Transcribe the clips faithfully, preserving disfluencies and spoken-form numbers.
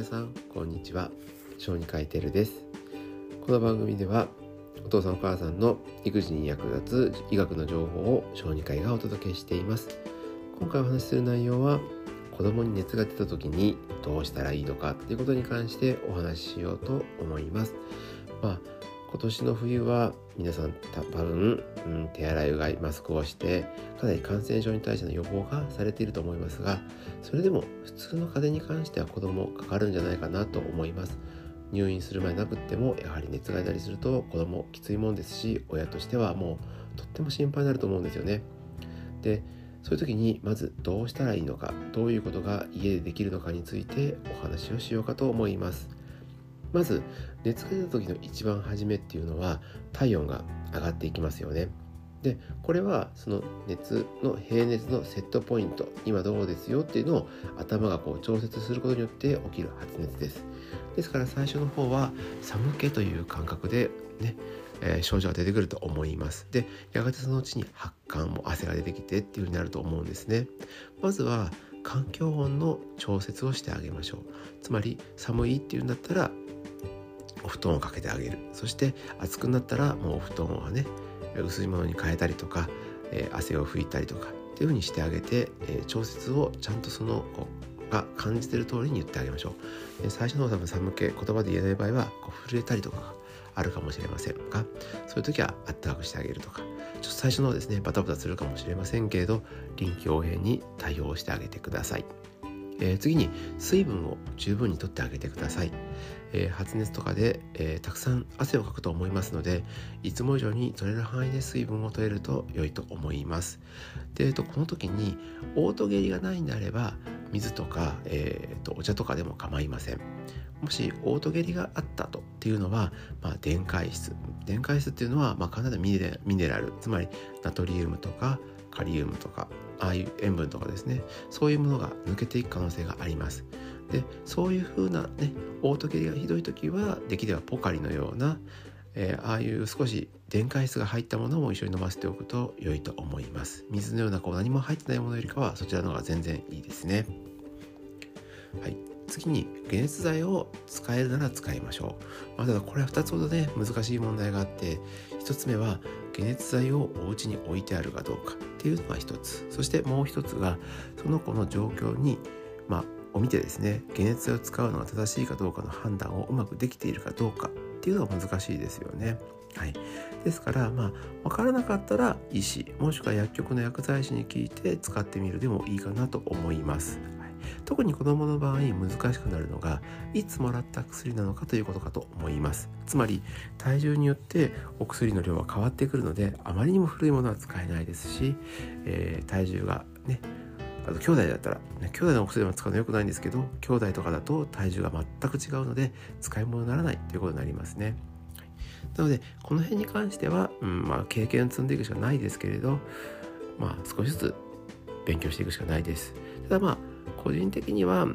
さんこんにちは。小児科医テルです。この番組ではお父さんお母さんの育児に役立つ医学の情報を小児科医がお届けしています。今回お話しする内容は、子供に熱が出た時にどうしたらいいのかということに関してお話ししようと思います。まあ今年の冬は皆さん多分、うん、手洗いうがいマスクをしてかなり感染症に対しての予防がされていると思いますが、それでも普通の風邪に関しては子供かかるんじゃないかなと思います。入院する前なくってもやはり熱が出たりすると子供きついもんですし、親としてはもうとっても心配になると思うんですよね。でそういう時にまずどうしたらいいのか、どういうことが家でできるのかについてお話をしようかと思います。まず熱が出た時の一番初めっていうのは体温が上がっていきますよね。でこれはその熱の平熱のセットポイント、今どうですよっていうのを頭がこう調節することによって起きる発熱です。ですから最初の方は寒気という感覚でね、えー、症状が出てくると思います。でやがてそのうちに発汗も汗が出てきてっていう風になると思うんですね。まずは環境温の調節をしてあげましょう。つまり寒いっていうんだったらお布団をかけてあげる。そして暑くなったらもうお布団はね薄いものに変えたりとか、えー、汗を拭いたりとかっていう風にしてあげて、えー、調節をちゃんとその子が感じている通りに言ってあげましょう。で最初の多分寒気言葉で言えない場合はこう震えたりとかがあるかもしれませんが、そういう時はあったかくしてあげるとか、ちょっと最初のですねバタバタするかもしれませんけれど臨機応変に対応してあげてください。えー、次に水分を十分にとってあげてください。えー、発熱とかで、えー、たくさん汗をかくと思いますので、いつも以上に取れる範囲で水分を取れると良いと思います。で、えー、とこの時に嘔吐下痢がないんであれば水とか、えー、とお茶とかでも構いません。もし嘔吐下痢があったとっていうのは、まあ、電解質電解質っていうのは、まあ、体でミネミネラル、つまりナトリウムとかカリウムとかああいう塩分とかですね、そういうものが抜けていく可能性があります。でそういう風なね嘔吐下痢がひどい時はできればポカリのような、えー、ああいう少し電解質が入ったものも一緒に飲ませておくと良いと思います。水のようなこう何も入ってないものよりかはそちらの方が全然いいですね。はい、次に解熱剤を使えるなら使いましょう。まあ、ただこれはふたつほどね難しい問題があって、ひとつめは解熱剤をお家に置いてあるかどうかっていうのがひとつ、そしてもうひとつがその子の状況にまあを見てですね、解熱剤を使うのが正しいかどうかの判断をうまくできているかどうかっていうのが難しいですよね。はい、ですからまあ分からなかったら医師もしくは薬局の薬剤師に聞いて使ってみるでもいいかなと思います。特に子どもの場合難しくなるのがいつもらった薬なのかということかと思います。つまり体重によってお薬の量は変わってくるので、あまりにも古いものは使えないですし、えー、体重がね、あと兄弟だったら、ね、兄弟のお薬も使うのは良くないんですけど、兄弟とかだと体重が全く違うので使い物にならないということになりますね。なのでこの辺に関しては、うんまあ、経験を積んでいくしかないですけれど、まあ、少しずつ勉強していくしかないです。ただまあ個人的には、うん、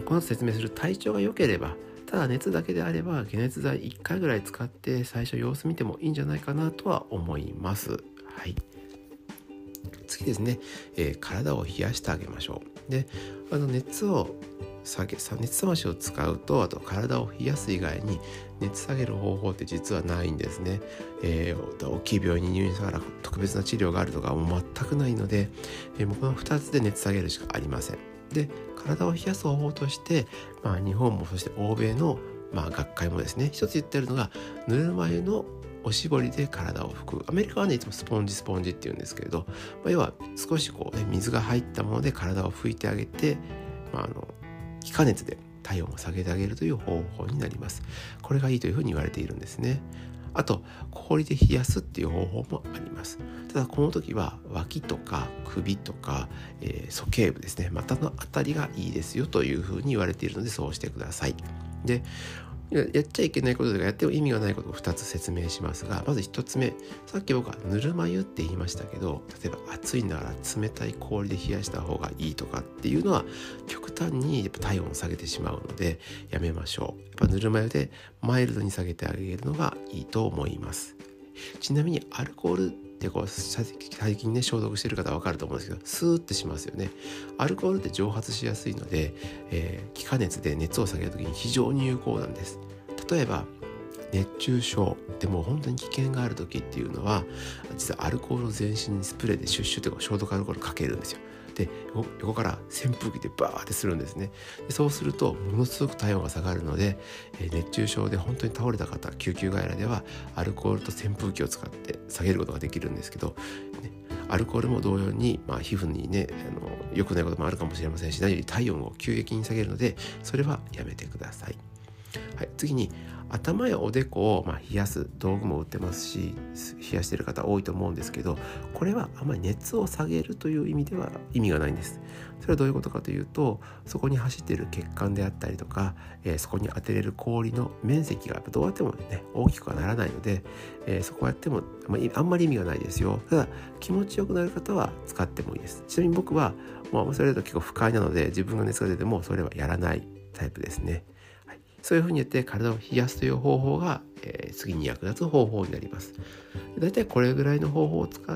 この後説明する体調が良ければ、ただ熱だけであれば解熱剤いっかいぐらい使って最初様子見てもいいんじゃないかなとは思います。はい。次ですね、えー、体を冷やしてあげましょう。で、あの熱を下げ、熱冷ましを使うと、あと体を冷やす以外に熱下げる方法って実はないんですね。えー、大きい病院に入院したから特別な治療があるとかも全くないので、えー、もうこのふたつで熱下げるしかありません。で体を冷やす方法として、まあ、日本もそして欧米の、まあ、学会もですね一つ言ってるのが、ぬるま湯のおしぼりで体を拭く。アメリカはねいつもスポンジスポンジって言うんですけれど、まあ、要は少しこう、ね、水が入ったもので体を拭いてあげて、まあ、あの気化熱で体温を下げてあげるという方法になります。これがいいというふうに言われているんですね。あと氷で冷やすっていう方法もあります。ただこの時は脇とか首とか、えー、鼠径部ですね、股のあたりがいいですよというふうに言われているので、そうしてください。でやっちゃいけないこととかやっても意味がないことをふたつ説明しますが、まずひとつめ、さっき僕はぬるま湯って言いましたけど、例えば暑いんだから冷たい氷で冷やした方がいいとかっていうのは極端にやっぱ体温を下げてしまうのでやめましょう。やっぱぬるま湯でマイルドに下げてあげるのがいいと思います。ちなみにアルコールってこう最近ね消毒してる方は分かると思うんですけど、スーってしますよね。アルコールって蒸発しやすいので、えー、気化熱で熱を下げるときに非常に有効なんです。例えば熱中症でも本当に危険がある時っていうのは、実はアルコールを全身にスプレーでシュッシュってこう消毒アルコールかけるんですよ。で横から扇風機でバーってするんですね。でそうするとものすごく体温が下がるので、えー、熱中症で本当に倒れた方、救急外来ではアルコールと扇風機を使って下げることができるんですけど、ね、アルコールも同様に、まあ、皮膚にねあの良くないこともあるかもしれませんし、何より体温を急激に下げるので、それはやめてください。はい、次に頭やおでこをまあ冷やす道具も売ってますし、冷やしている方多いと思うんですけど、これはあまり熱を下げるという意味では意味がないんです。それはどういうことかというと、そこに走っている血管であったりとか、えー、そこに当てれる氷の面積がどうやってもね大きくはならないので、えー、そこやってもあんまり意味がないですよ。ただ気持ちよくなる方は使ってもいいです。ちなみに僕はもうそれだと結構不快なので、自分が熱が出てもそれはやらないタイプですね。そういうふうに言って体を冷やすという方法が、えー、次に役立つ方法になります。だいたいこれぐらいの方法を使って、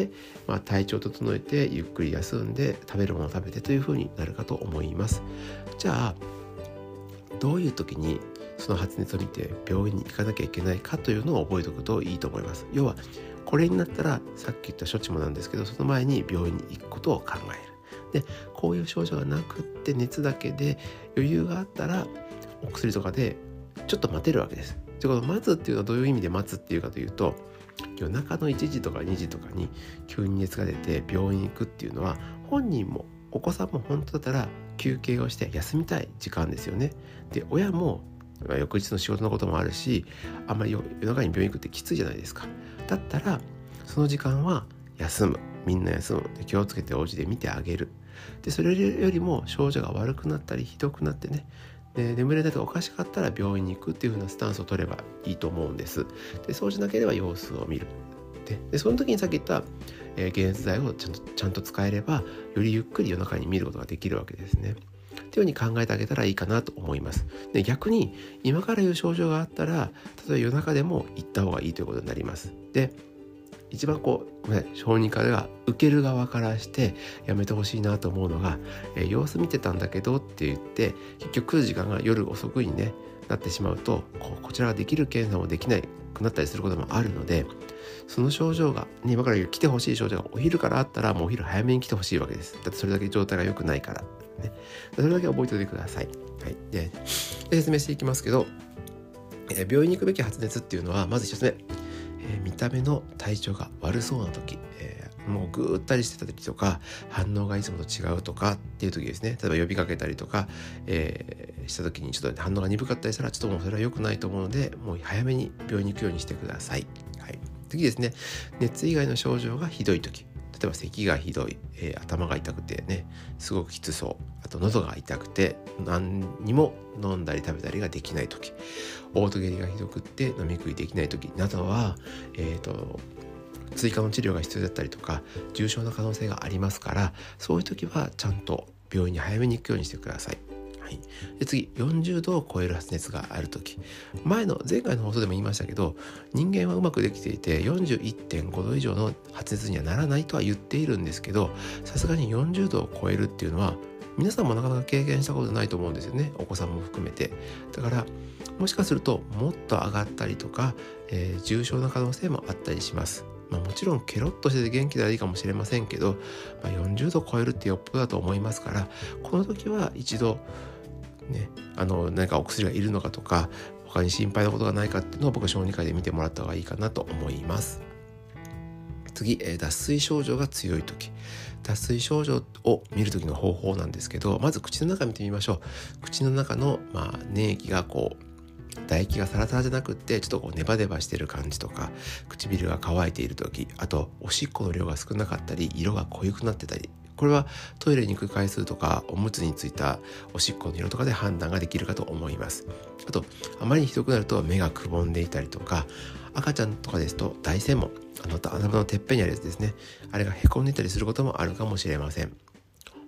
まあ、体調を整えてゆっくり休んで食べるものを食べてというふうになるかと思います。じゃあどういう時にその発熱を見て病院に行かなきゃいけないかというのを覚えておくといいと思います。要はこれになったらさっき言った処置もなんですけど、その前に病院に行くことを考える。でこういう症状がなくって熱だけで余裕があったらお薬とかでちょっと待てるわけです。でこの待つっていうのはどういう意味で待つっていうかというと、夜中のいちじとかにじとかに急に熱が出て病院に行くっていうのは、本人もお子さんも本当だったら休憩をして休みたい時間ですよね。で親も翌日の仕事のこともあるし、あんまり夜中に病院行くってきついじゃないですか。だったらその時間は休む、みんな休む、で気をつけてお家で見てあげる。でそれよりも症状が悪くなったりひどくなってね、で眠れないとおかしかったら病院に行くっていう風なスタンスを取ればいいと思うんです。でそうしなければ様子を見る。で, でその時にさっき言った、えー、解熱剤をちゃんとちゃんと使えれば、よりゆっくり夜中に見ることができるわけですね。というように考えてあげたらいいかなと思います。で逆に今からいう症状があったら、例えば夜中でも行った方がいいということになります。で一番こうごめんなさい、小児科では受ける側からしてやめてほしいなと思うのが、えー、様子見てたんだけどって言って結局来る時間が夜遅くに、ね、なってしまうと、こ, こちらができる検査もできなくなったりすることもあるので、その症状が、ね、今から来てほしい症状がお昼からあったら、もうお昼早めに来てほしいわけです。だってそれだけ状態が良くないから、ね、それだけ覚えておいてください。はい、でで説明していきますけど、えー、病院に行くべき発熱っていうのは、まず一つ目、えー、見た目の体調が悪そうな時、えー、もうぐーったりしてた時とか、反応がいつもと違うとかっていう時ですね。例えば呼びかけたりとか、えー、した時にちょっと反応が鈍かったりしたら、ちょっともうそれは良くないと思うので、もう早めに病院に行くようにしてください。はい、次ですね、熱以外の症状がひどい時、例えば咳がひどい、えー、頭が痛くてねすごくきつそう、あと喉が痛くて何にも飲んだり食べたりができない時、嘔吐下痢がひどくって飲み食いできない時などは、えーと追加の治療が必要だったりとか重症な可能性がありますから、そういう時はちゃんと病院に早めに行くようにしてください。はい、で次、よんじゅうどを超える発熱がある時、前の前回の放送でも言いましたけど、人間はうまくできていて よんじゅういってんごど以上の発熱にはならないとは言っているんですけど、さすがによんじゅうどを超えるっていうのは皆さんもなかなか経験したことないと思うんですよね、お子さんも含めて。だからもしかするともっと上がったりとか、えー、重症な可能性もあったりします。まあ、もちろんケロッとしてて元気ではいいかもしれませんけど、まあ、よんじゅうど超えるってよっぽどだと思いますから、この時は一度ね、あの何かお薬がいるのかとか、他に心配なことがないかっていうのを僕は小児科で見てもらった方がいいかなと思います。次、えー、脱水症状が強い時、脱水症状を見る時の方法なんですけど、まず口の中見てみましょう。口の中の、まあ、粘液がこう唾液がサラサラじゃなくってちょっとこうネバネバしてる感じとか、唇が乾いている時、あとおしっこの量が少なかったり色が濃ゆくなってたり、これはトイレに行く回数とかおむつについたおしっこの色とかで判断ができるかと思います。あとあまりにひどくなると目がくぼんでいたりとか、赤ちゃんとかですと大声門、あの頭のてっぺんにあるやつですね、あれがへこんでいたりすることもあるかもしれません。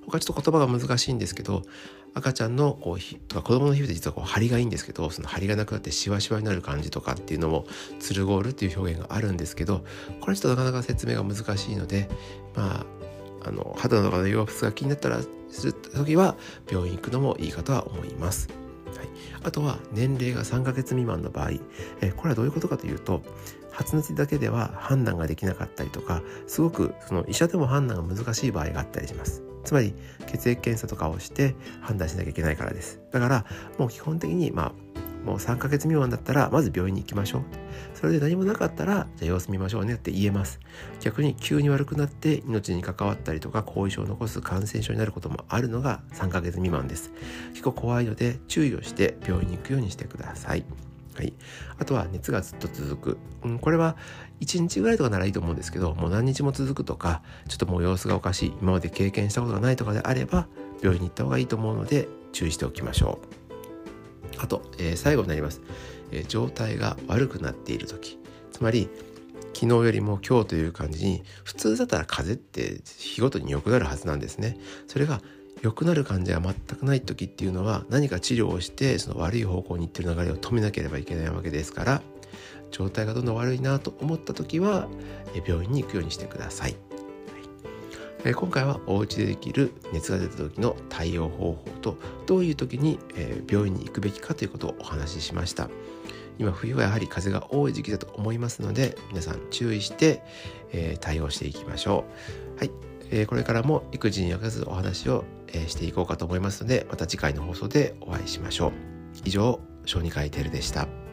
僕はちょっと言葉が難しいんですけど、赤ちゃんのこうひとか子供の皮膚で実はこう張りがいいんですけど、その張りがなくなってシワシワになる感じとかっていうのもツルゴールっていう表現があるんですけど、これはちょっとなかなか説明が難しいので、まああの肌とかの様子が気になったらする時は病院行くのもいいかとは思います。はい、あとは年齢がさんかげつ未満の場合、えこれはどういうことかというと、発熱だけでは判断ができなかったりとか、すごくその医者でも判断が難しい場合があったりします。つまり血液検査とかをして判断しなきゃいけないからです。だからもう基本的にまあもうさんかげつ未満だったらまず病院に行きましょう。それで何もなかったらじゃあ様子見ましょうねって言えます。逆に急に悪くなって命に関わったりとか後遺症を残す感染症になることもあるのがさんかげつ未満です。結構怖いので注意をして病院に行くようにしてください。はい、あとは熱がずっと続く、うん、これはいちにちぐらいとかならいいと思うんですけど、もう何日も続くとかちょっともう様子がおかしい、今まで経験したことがないとかであれば病院に行った方がいいと思うので注意しておきましょう。あと、えー、最後になります、えー、状態が悪くなっている時、つまり昨日よりも今日という感じに、普通だったら風邪って日ごとに良くなるはずなんですね。それが良くなる感じが全くない時っていうのは、何か治療をしてその悪い方向に行ってる流れを止めなければいけないわけですから、状態がどんどん悪いなと思った時は病院に行くようにしてください。はい、今回はお家でできる熱が出た時の対応方法と、どういう時に病院に行くべきかということをお話ししました。今冬はやはり風が多い時期だと思いますので、皆さん注意して、えー、対応していきましょう。はい、えー、これからも育児に役立つお話を、えー、していこうかと思いますので、また次回の放送でお会いしましょう。以上、小児科医テルでした。